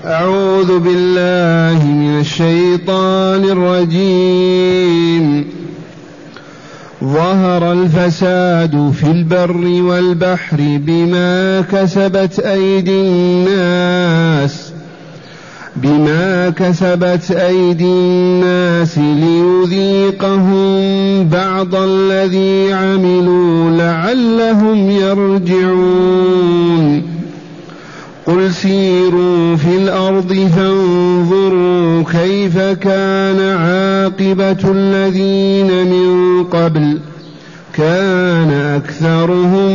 أعوذ بالله من الشيطان الرجيم. ظهر الفساد في البر والبحر بما كسبت أيدي الناس ليذيقهم بعض الذي عملوا لعلهم يرجعون. قل سيروا في الأرض فانظروا كيف كان عاقبة الذين من قبل كان أكثرهم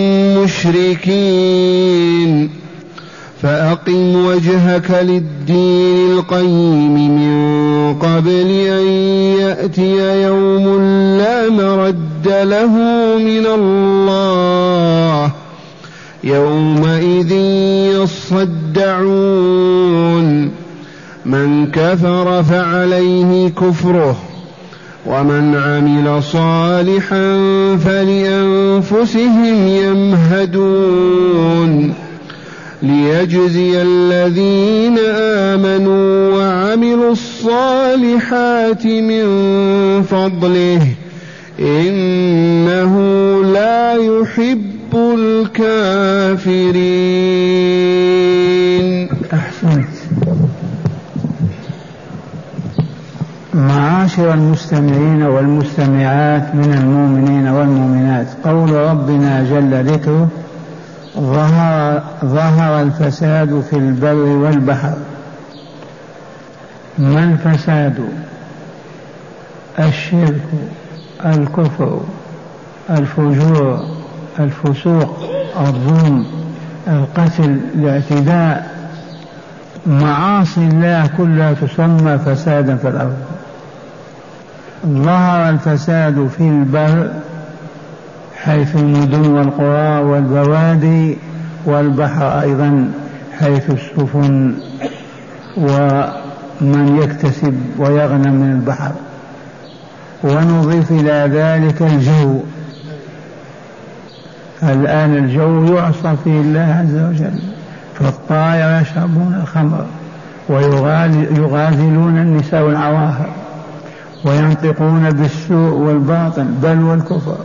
مشركين. فأقم وجهك للدين القيم من قبل أن يأتي يوم لا مرد له من الله يومئذ يصدعون. من كفر فعليه كفره ومن عمل صالحا فلأنفسهم يمهدون ليجزي الذين آمنوا وعملوا الصالحات من فضله إنه لا يحب الكافرين. أحسنت. معاشر المستمعين والمستمعات من المؤمنين والمؤمنات، قول ربنا جل ذكره: ظهر الفساد في البر والبحر. ما الفساد؟ الشرك، الكفر، الفجور، الفسوق، الظلم، القتل، الاعتداء، معاصي الله كلها تسمى فسادا في الأرض. ظهر الفساد في البر حيث المدن والقرى والبوادي، والبحر أيضا حيث السفن ومن يكتسب ويغنم من البحر. ونضيف إلى ذلك الجو. الآن الجو يعصى فيه الله عز وجل، فالطائر يشربون الخمر ويغازلون النساء والعواهر وينطقون بالسوء والباطل بل والكفر.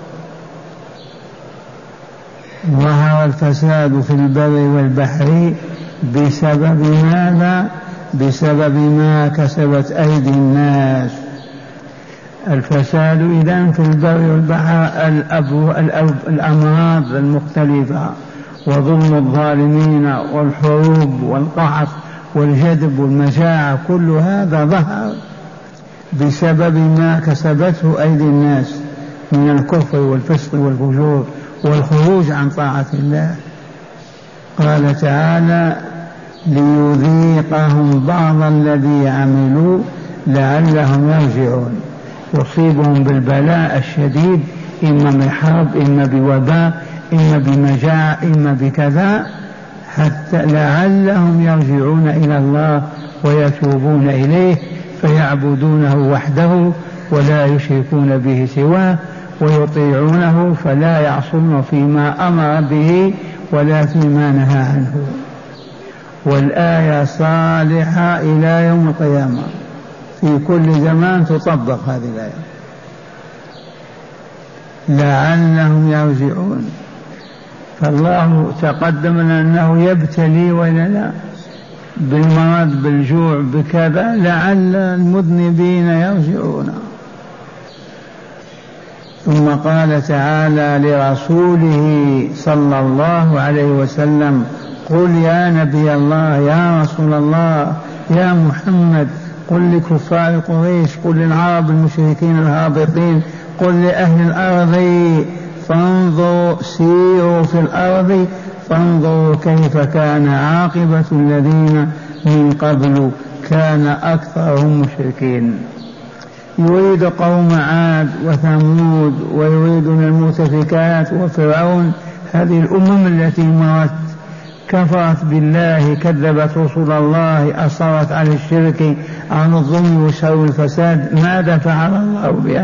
ظهر الفساد في البر والبحر بسبب ماذا؟ بسبب ما كسبت أيدي الناس. الفساد إذن في البر والبحر الأمراض المختلفة وظلم الظالمين والحروب والقحط والجدب والمجاعة، كل هذا ظهر بسبب ما كسبته أيدي الناس من الكفر والفسق والفجور والخروج عن طاعة الله. قال تعالى: ليذيقهم بعض الذي عملوا لعلهم يرجعون. يصيبهم بالبلاء الشديد، إما من حرب، إما بوباء، إما بمجاعة، إما بكذا، حتى لعلهم يرجعون إلى الله ويتوبون إليه فيعبدونه وحده ولا يشركون به سواه ويطيعونه فلا يعصون فيما أمر به ولا فيما نهى عنه. والآية صالحة إلى يوم القيامة، في كل زمان تطبق هذه الآية. لعلهم يرجعون. فالله تقدم لنا أنه يبتلي ولا لا بالمرض بالجوع بكذا لعل المذنبين يرجعون. ثم قال تعالى لرسوله صلى الله عليه وسلم: قل يا نبي الله، يا رسول الله، يا محمد، قل لكفار قريش، قل للعرب المشركين الهابطين، قل لأهل الأرض: فانظروا، سيروا في الأرض فانظروا كيف كان عاقبة الذين من قبل كان أكثرهم مشركين. يريد قوم عاد وثمود ويريدون المؤتفكات وفرعون، هذه الأمم التي مرت كفرت بالله، كذبت رسول الله، أصرت على الشرك، عن الظلم والشر والفساد. ماذا فعل الله بها؟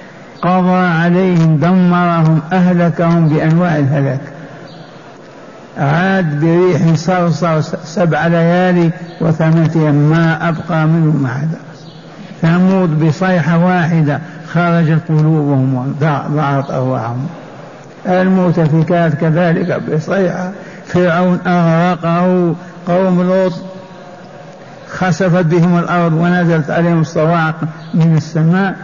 قضى عليهم، دمرهم، أهلكهم بأنواع الهلاك. عاد بريح صرصر 7 ليالي و8 أيام ما أبقى منهم أحد. ثمود بصيحة واحدة خرجت قلوبهم وضاعت أرواحهم. المؤتفكات كذلك بصيحة. فرعون أغرقه. قوم لوط خسفت بهم الأرض ونزلت عليهم الصواعق من السماء.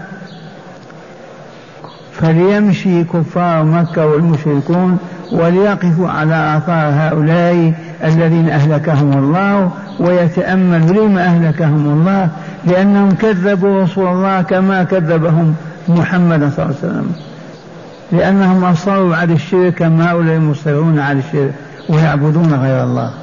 فليمشي كفار مكة والمشركون وليقفوا على آثار هؤلاء الذين أهلكهم الله، ويتأملوا لما أهلكهم الله، لأنهم كذبوا رسول الله كما كذبهم محمد صلى الله عليه وسلم، لأنهم أصروا على الشرك كما هؤلاء مصرون على الشرك ويعبدون غير الله.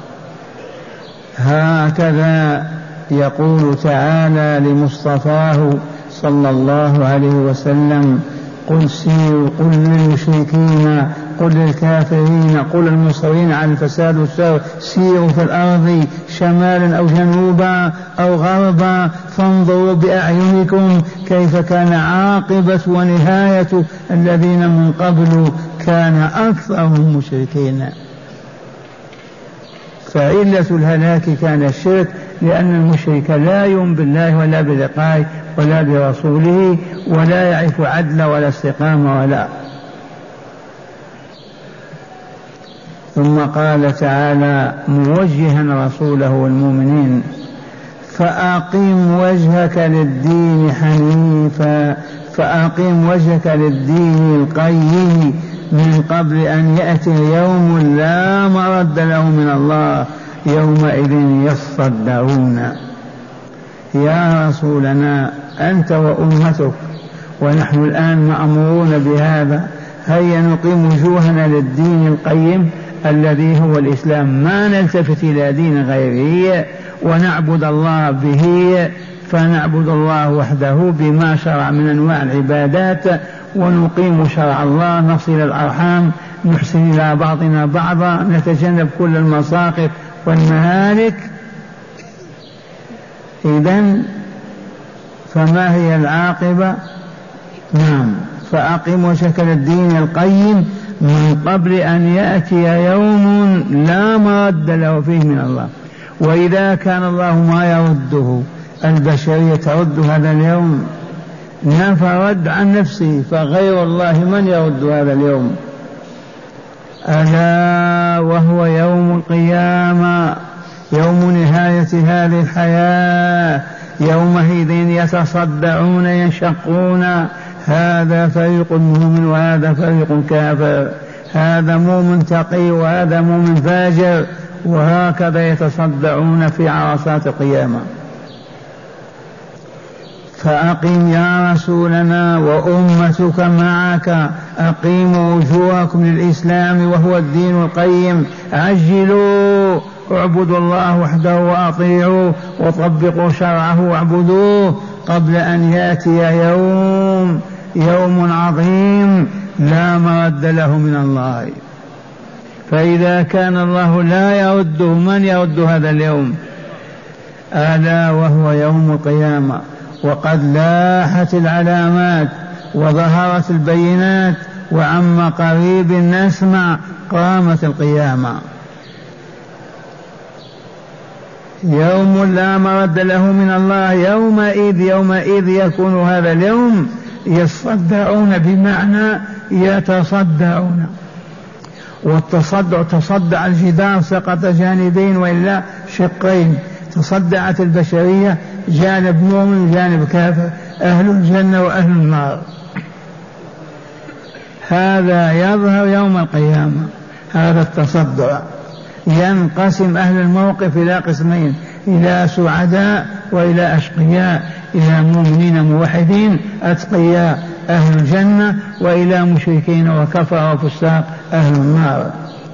هكذا يقول تعالى لمصطفاه صلى الله عليه وسلم: قل سيروا، قل للمشركين، قل للكافرين، قل للمصرين على الفساد والشر: سيروا في الأرض شمالا أو جنوبا أو غربا فانظروا بأعينكم كيف كان عاقبة ونهاية الذين من قبل كان أكثرهم مشركين. فعلة الهلاك كان الشرك، لأن المشرك لا يؤمن بالله ولا بلقائه ولا برسوله ولا يعرف عدل ولا استقامة ولا. ثم قال تعالى موجها رسوله والمؤمنين: فأقم وجهك للدين حنيفا، فأقم وجهك للدين القيم من قبل أن يأتي يوم لا مرد له من الله يومئذ يصدعون. يا رسولنا أنت وأمتك ونحن الآن مأمورون بهذا، هيا نقيم وجوهنا للدين القيم الذي هو الإسلام، ما نلتفت إلى دين غيره ونعبد الله به، فنعبد الله وحده بما شرع من أنواع العبادات، ونقيم شرع الله، نصل الأرحام، نحسن إلى بعضنا بعضا، نتجنب كل المساقط والمهالك. إذن فما هي العاقبة؟ نعم، فأقم وجهك للدين القيم من قبل أن يأتي يوم لا مرد له فيه من الله. وإذا كان الله ما يرده، البشرية ترد هذا اليوم، نفرد عن نفسه، فغير الله من يرد هذا اليوم؟ ألا وهو يوم القيامة، يوم نهاية هذه الحياة. يومئذ يتصدعون ينشقون، هذا فريق مؤمن وهذا فريق كافر، هذا مؤمن تقي وهذا مؤمن فاجر، وهكذا يتصدعون في عرصات القيامة. فأقم يا رسولنا وأمتك معك، أقيموا وجوهكم للإسلام وهو الدين القيم، عجلوا، اعبدوا الله وحده وأطيعوا وطبقوا شرعه واعبدوه قبل أن يأتي يوم عظيم لا مرد له من الله. فإذا كان الله لا يرده، من يرد هذا اليوم؟ ألا وهو يوم القيامة. وقد لاحت العلامات وظهرت البينات، وعما قريب نسمع قامت القيامة. يوم لا مرد له من الله، يومئذ يكون هذا اليوم يصدعون، بمعنى يتصدعون. والتصدع تصدع الجدار سقط جانبين وإلا شقين، تصدعت البشرية، جانب مؤمن جانب كافر، أهل الجنة وأهل النار. هذا يظهر يوم القيامة، هذا التصدع. ينقسم أهل الموقف إلى قسمين: إلى سعداء وإلى أشقياء، إلى مؤمنين موحدين أتقياء أهل الجنة، وإلى مشركين وكفر وفساق أهل النار.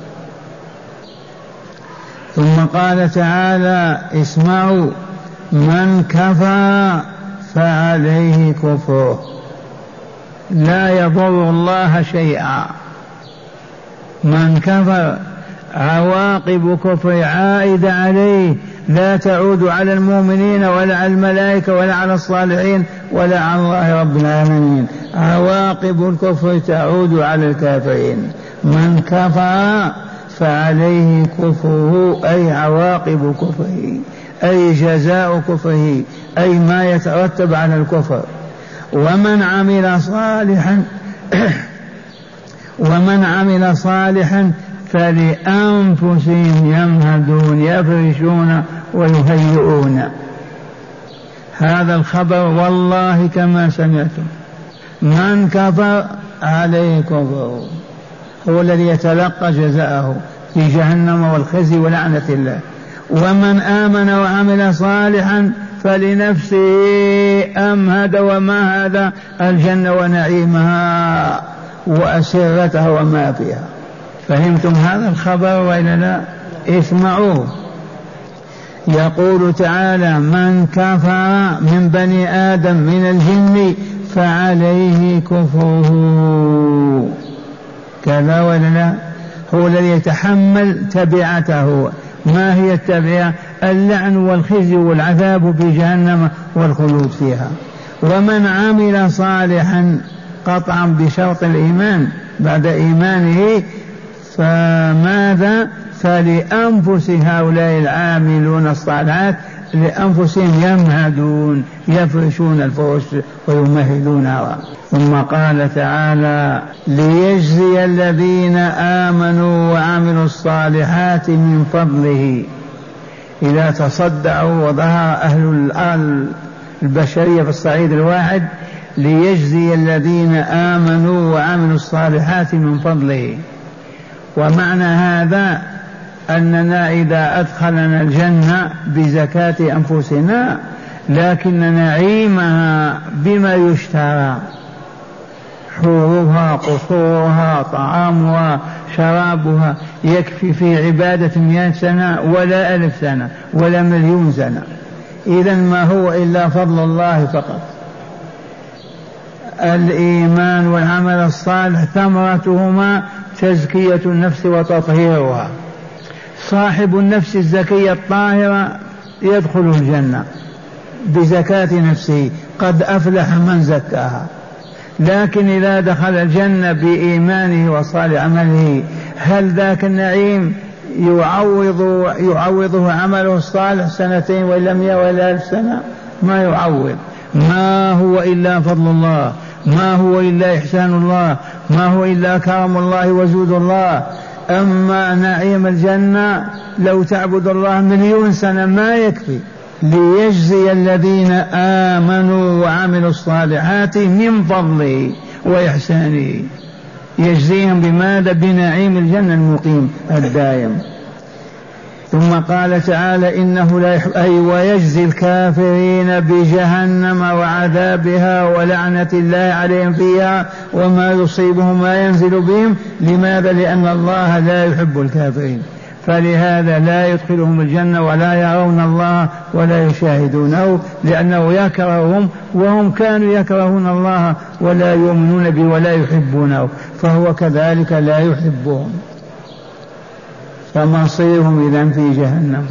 ثم قال تعالى: اسمعوا، من كفر فعليه كفره، لا يضر الله شيئا. من كفر عواقب كفر عائدة عليه، لا تعود على المؤمنين ولا على الملائكة ولا على الصالحين ولا على الله رب العالمين، عواقب الكفر تعود على الكافرين. من كفر فعليه كفره أي عواقب كفره، أي جزاء كفره، أي ما يترتب على الكفر. ومن عمل صالحا فلأنفسهم يمهدون، يفرشون ويهيئون. هذا الخبر والله كما سمعتم. من كفر عليه كفره، هو الذي يتلقى جزاءه في جهنم والخزي ولعنة الله. ومن آمن وعمل صالحا فلنفسه أمهد ومهد الجنة ونعيمها وأسرتها وما فيها. فهمتم هذا الخبر وإلا لا؟ اسمعوه. يقول تعالى: من كفر من بني آدم من الجن فعليه كفره. كذا ولا لا؟ هو الذي يتحمل تبعته. ما هي التبعة؟ اللعن والخزي والعذاب في جهنم والخلود فيها. ومن عمل صالحا قطعا بشرط الإيمان بعد إيمانه فماذا؟ فلأنفس هؤلاء العاملون الصالحات لأنفسهم يمهدون، يفرشون الفرش ويمهدونها. ثم قال تعالى: ليجزي الذين آمنوا وعملوا الصالحات من فضله. إذا تصدعوا وظهر أهل البشرية في الصعيد الواحد، ليجزي الذين آمنوا وعملوا الصالحات من فضله. ومعنى هذا أننا إذا أدخلنا الجنة بزكاة أنفسنا، لكن نعيمها بما يشترى، حورها، قصورها، طعامها، شرابها، يكفي في عبادة 100 سنة ولا 1000 سنة ولا 1,000,000 سنة. إذن ما هو إلا فضل الله فقط. الإيمان والعمل الصالح ثمرتهما تزكية النفس وتطهيرها. صاحب النفس الزكية الطاهرة يدخل الجنة بزكاة نفسه، قد أفلح من زكاها. لكن إذا دخل الجنة بإيمانه وصالح عمله، هل ذاك النعيم يعوضه عمله الصالح 2 وإلا 100 وإلا 1000 سنة؟ ما يعوض. ما هو إلا فضل الله، ما هو إلا إحسان الله، ما هو إلا كرم الله وجود الله. أما نعيم الجنة لو تعبد الله 1,000,000 سنة ما يكفي. ليجزي الذين آمنوا وعملوا الصالحات من فضله وإحسانه. يجزيهم بماذا؟ بنعيم الجنة المقيم الدائم. ثم قال تعالى: إنه لا أي ويجزي الكافرين بجهنم وعذابها ولعنة الله عليهم فيها وما يصيبهم ما ينزل بهم. لماذا؟ لأن الله لا يحب الكافرين، فلهذا لا يدخلهم الجنة ولا يرون الله ولا يشاهدونه، لأنه يكرههم وهم كانوا يكرهون الله ولا يؤمنون به ولا يحبونه، فهو كذلك لا يحبهم، فمصيرهم إذن في جهنم.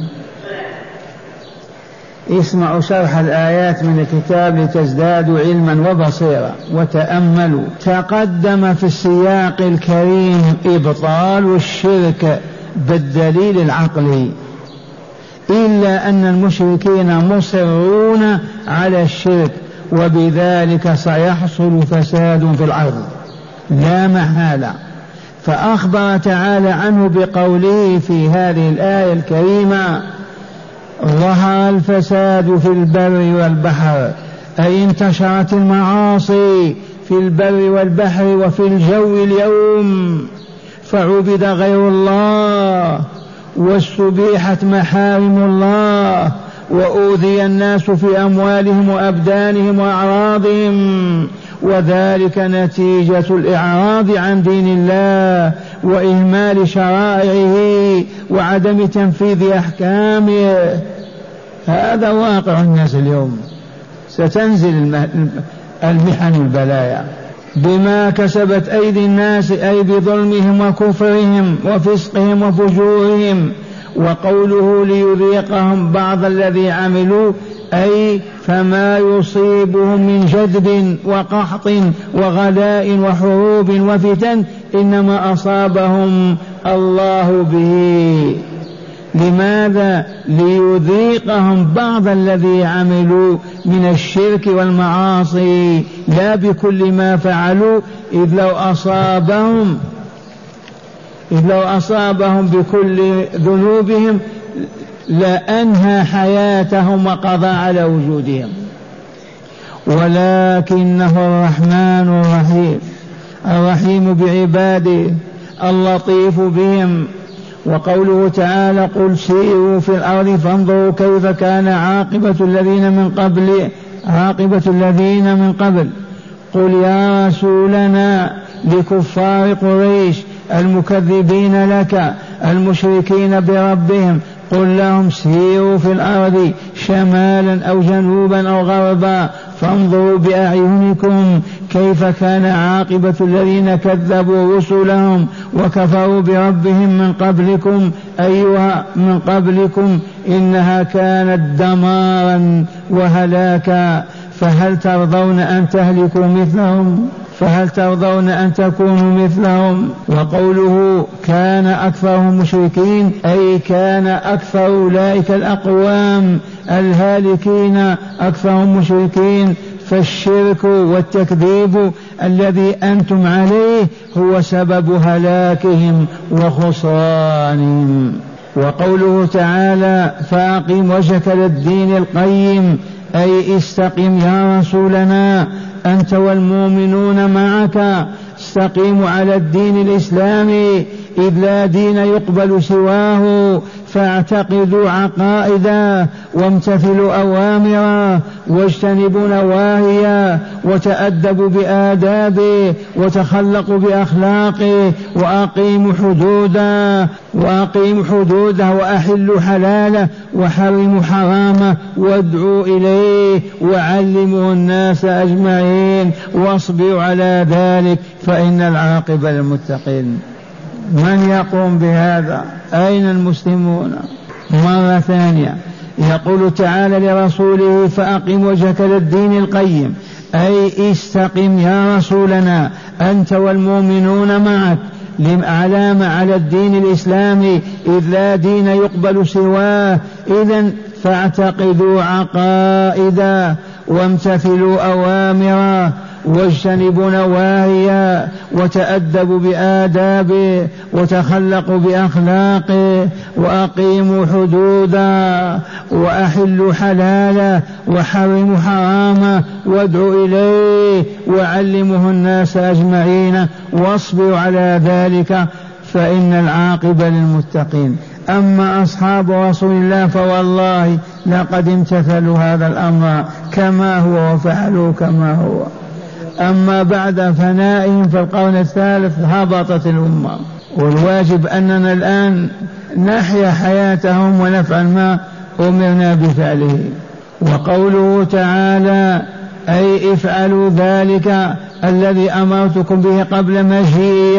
اسمعوا شرح الآيات من الكتاب لتزدادوا علما وبصيرا وتأملوا. تقدم في السياق الكريم إبطال الشرك بالدليل العقلي، إلا أن المشركين مصرون على الشرك، وبذلك سيحصل فساد في الأرض لا محالة. فأخبر تعالى عنه بقوله في هذه الآية الكريمة: ظهر الفساد في البر والبحر، أي انتشرت المعاصي في البر والبحر وفي الجو اليوم، فعبد غير الله واستبيحت محارم الله وأوذي الناس في أموالهم وأبدانهم وأعراضهم، وذلك نتيجة الإعراض عن دين الله وإهمال شرائعه وعدم تنفيذ أحكامه. هذا واقع الناس اليوم. ستنزل المحن والبلايا بما كسبت أيدي الناس، أي بظلمهم وكفرهم وفسقهم وفجورهم. وقوله ليذيقهم بعض الذي عملوا، أي فما يصيبهم من جدب وقحط وغلاء وحروب وفتن إنما أصابهم الله به. لماذا؟ ليذيقهم بعض الذي عملوا من الشرك والمعاصي، لا بكل ما فعلوا، إذ لو أصابهم بكل ذنوبهم لأنهى حياتهم وقضى على وجودهم. ولكنه الرحمن الرحيم، الرحيم بعباده، اللطيف بهم. وقوله تعالى: قل سيروا في الأرض فانظروا كيف كان عاقبة الذين من قبل. قل يا رسولنا لكفار قريش المكذبين لك المشركين بربهم، قل لهم سيروا في الأرض شمالا أو جنوبا أو غربا فانظروا بأعينكم كيف كان عاقبة الذين كذبوا رسلهم وكفروا بربهم من قبلكم إنها كانت دمارا وهلاكا، فهل ترضون أن تهلكوا مثلهم؟ فهل ترضون أن تكونوا مثلهم؟ وقوله كان أكثرهم مشركين، أي كان أكثر أولئك الأقوام الهالكين أكثرهم مشركين. فالشرك والتكذيب الذي أنتم عليه هو سبب هلاكهم وخسرانهم. وقوله تعالى: فأقم وجهك للدين القيم، أي استقم يا رسولنا أنت والمؤمنون معك، استقيموا على الدين الإسلامي، إذ لا دين يقبل سواه، فاعتقدوا عقائده وامتثلوا أوامره واجتنبوا نواهيه وتأدبوا بآدابه وتخلقوا بأخلاقه وأقيموا حدوده وأحلوا حلاله وحرموا حرامه وادعوا إليه وعلموا الناس أجمعين واصبروا على ذلك فإن العاقبة للمتقين. من يقوم بهذا؟ أين المسلمون؟ مرة ثانية يقول تعالى لرسوله: فأقم وجهك للدين القيم، أي استقم يا رسولنا أنت والمؤمنون معك على الدين الإسلامي، إذ لا دين يقبل سواه. إذن فاعتقدوا عقائده وامتثلوا أوامره واجتنبوا نواهيه وتأدبوا بآدابه وتخلقوا بأخلاقه وأقيموا حدوده وأحلوا حلاله وحرموا حرامه وادعوا إليه وعلموا الناس أجمعين واصبروا على ذلك فإن العاقبة للمتقين. أما أصحاب رسول الله فوالله لقد امتثلوا هذا الأمر كما هو وفعلوا كما هو. أما بعد فنائهم في القرن الثالث هبطت الأمة، والواجب أننا الآن نحيا حياتهم ونفعل ما أمرنا بفعله. وقوله تعالى: أي افعلوا ذلك الذي أمرتكم به قبل مجيء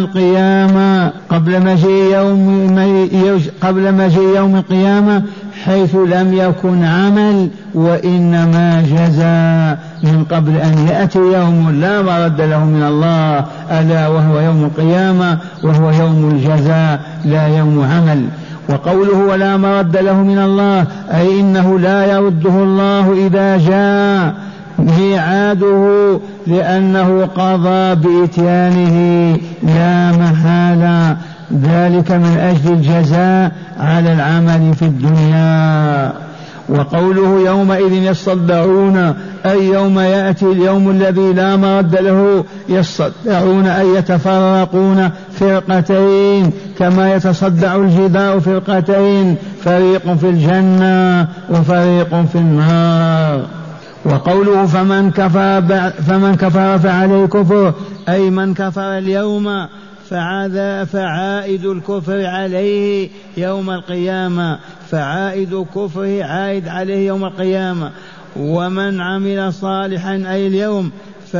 يوم القيامة حيث لم يكن عمل وإنما جزاء، من قبل أن يأتي يوم لا مرد له من الله ألا وهو يوم القيامة، وهو يوم الجزاء لا يوم عمل. وقوله ولا مرد له من الله أي إنه لا يرده الله إذا جاء ميعاده، لأنه قضى بإتيانه لا محالة، ذلك من أجل الجزاء على العمل في الدنيا. وقوله يومئذ يصدعون أي يوم يأتي اليوم الذي لا مرد له، يصدعون أي يتفرقون فرقتين كما يتصدع الجدار فرقتين، فريق في الجنة وفريق في النار. وقوله فمن كفر فعليه كفر أي من كفر اليوم فعائد الكفر عليه يوم القيامة، فعائد كفره عائد عليه يوم القيامة. ومن عمل صالحا أي اليوم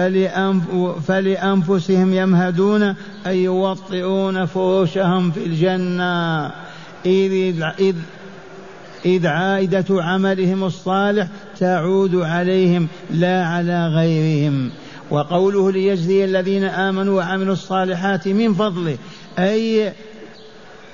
فلأنفسهم يمهدون أي يوطئون فروشهم في الجنة، إذ عائدة عملهم الصالح تعود عليهم لا على غيرهم. وقوله ليجزي الذين آمنوا وعملوا الصالحات من فضله أي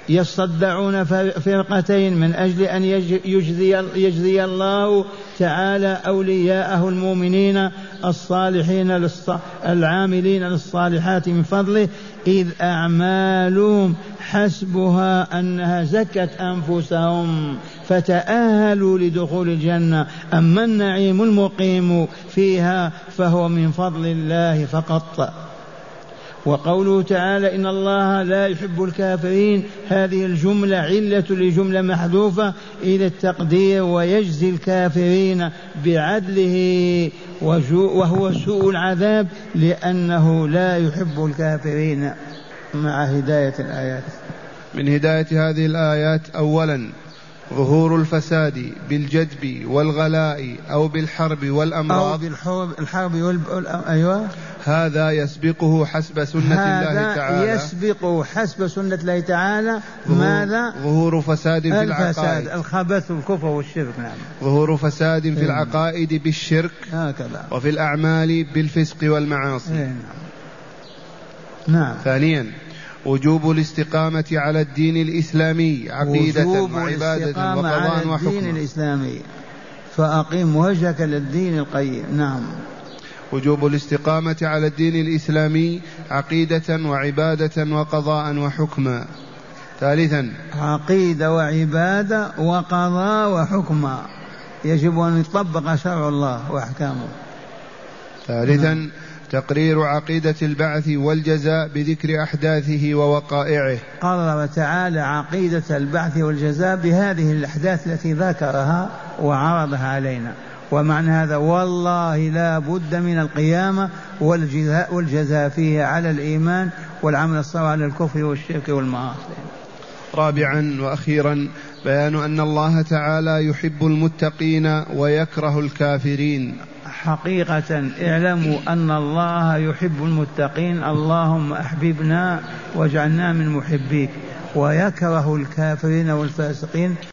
يصدعون فرقتين من أجل أن يجزي الله تعالى أولياءه المؤمنين الصالحين العاملين للصالحات من فضله، إذ أعمالهم حسبها أنها زكت أنفسهم فتأهلوا لدخول الجنة، أما النعيم المقيم فيها فهو من فضل الله فقط. وقوله تعالى إن الله لا يحب الكافرين، هذه الجملة علة لجملة محذوفة إلى التقدير، ويجزي الكافرين بعدله وهو سوء العذاب لأنه لا يحب الكافرين. مع هداية الآيات. من هداية هذه الآيات: أولا ظهور الفساد بالجدب والغلاء أو بالحرب والأمراض أيوة. هذا يسبقه حسب سنة الله تعالى، يسبقه حسب سنة الله تعالى. ماذا؟ ظهور فساد في الفساد، الخبث والكفر والشرك. نعم. ظهور فساد في العقائد بالشرك هكذا، وفي الأعمال بالفسق والمعاصي. نعم. ثانيا وجوب الاستقامة على الدين الإسلامي عقيدة وعبادة وقضاء وحكم. فأقم وجهك للدين القيم. نعم. وجوب الاستقامة على الدين الإسلامي عقيدة وعبادة وقضاء وحكما. ثالثا عقيدة وعبادة وقضاء وحكما، يجب أن يطبق شرع الله وأحكامه. ثالثا تقرير عقيدة البعث والجزاء بذكر أحداثه ووقائعه. قرر تعالى عقيدة البعث والجزاء بهذه الأحداث التي ذكرها وعرضها علينا. ومعنى هذا والله لا بد من القيامة والجزاء فيها على الإيمان والعمل الصالح على الكفر والشرك والمعاصي. رابعا وأخيرا بيان أن الله تعالى يحب المتقين ويكره الكافرين. حقيقة اعلموا أن الله يحب المتقين، اللهم أحببنا واجعلنا من محبيك، ويكره الكافرين والفاسقين.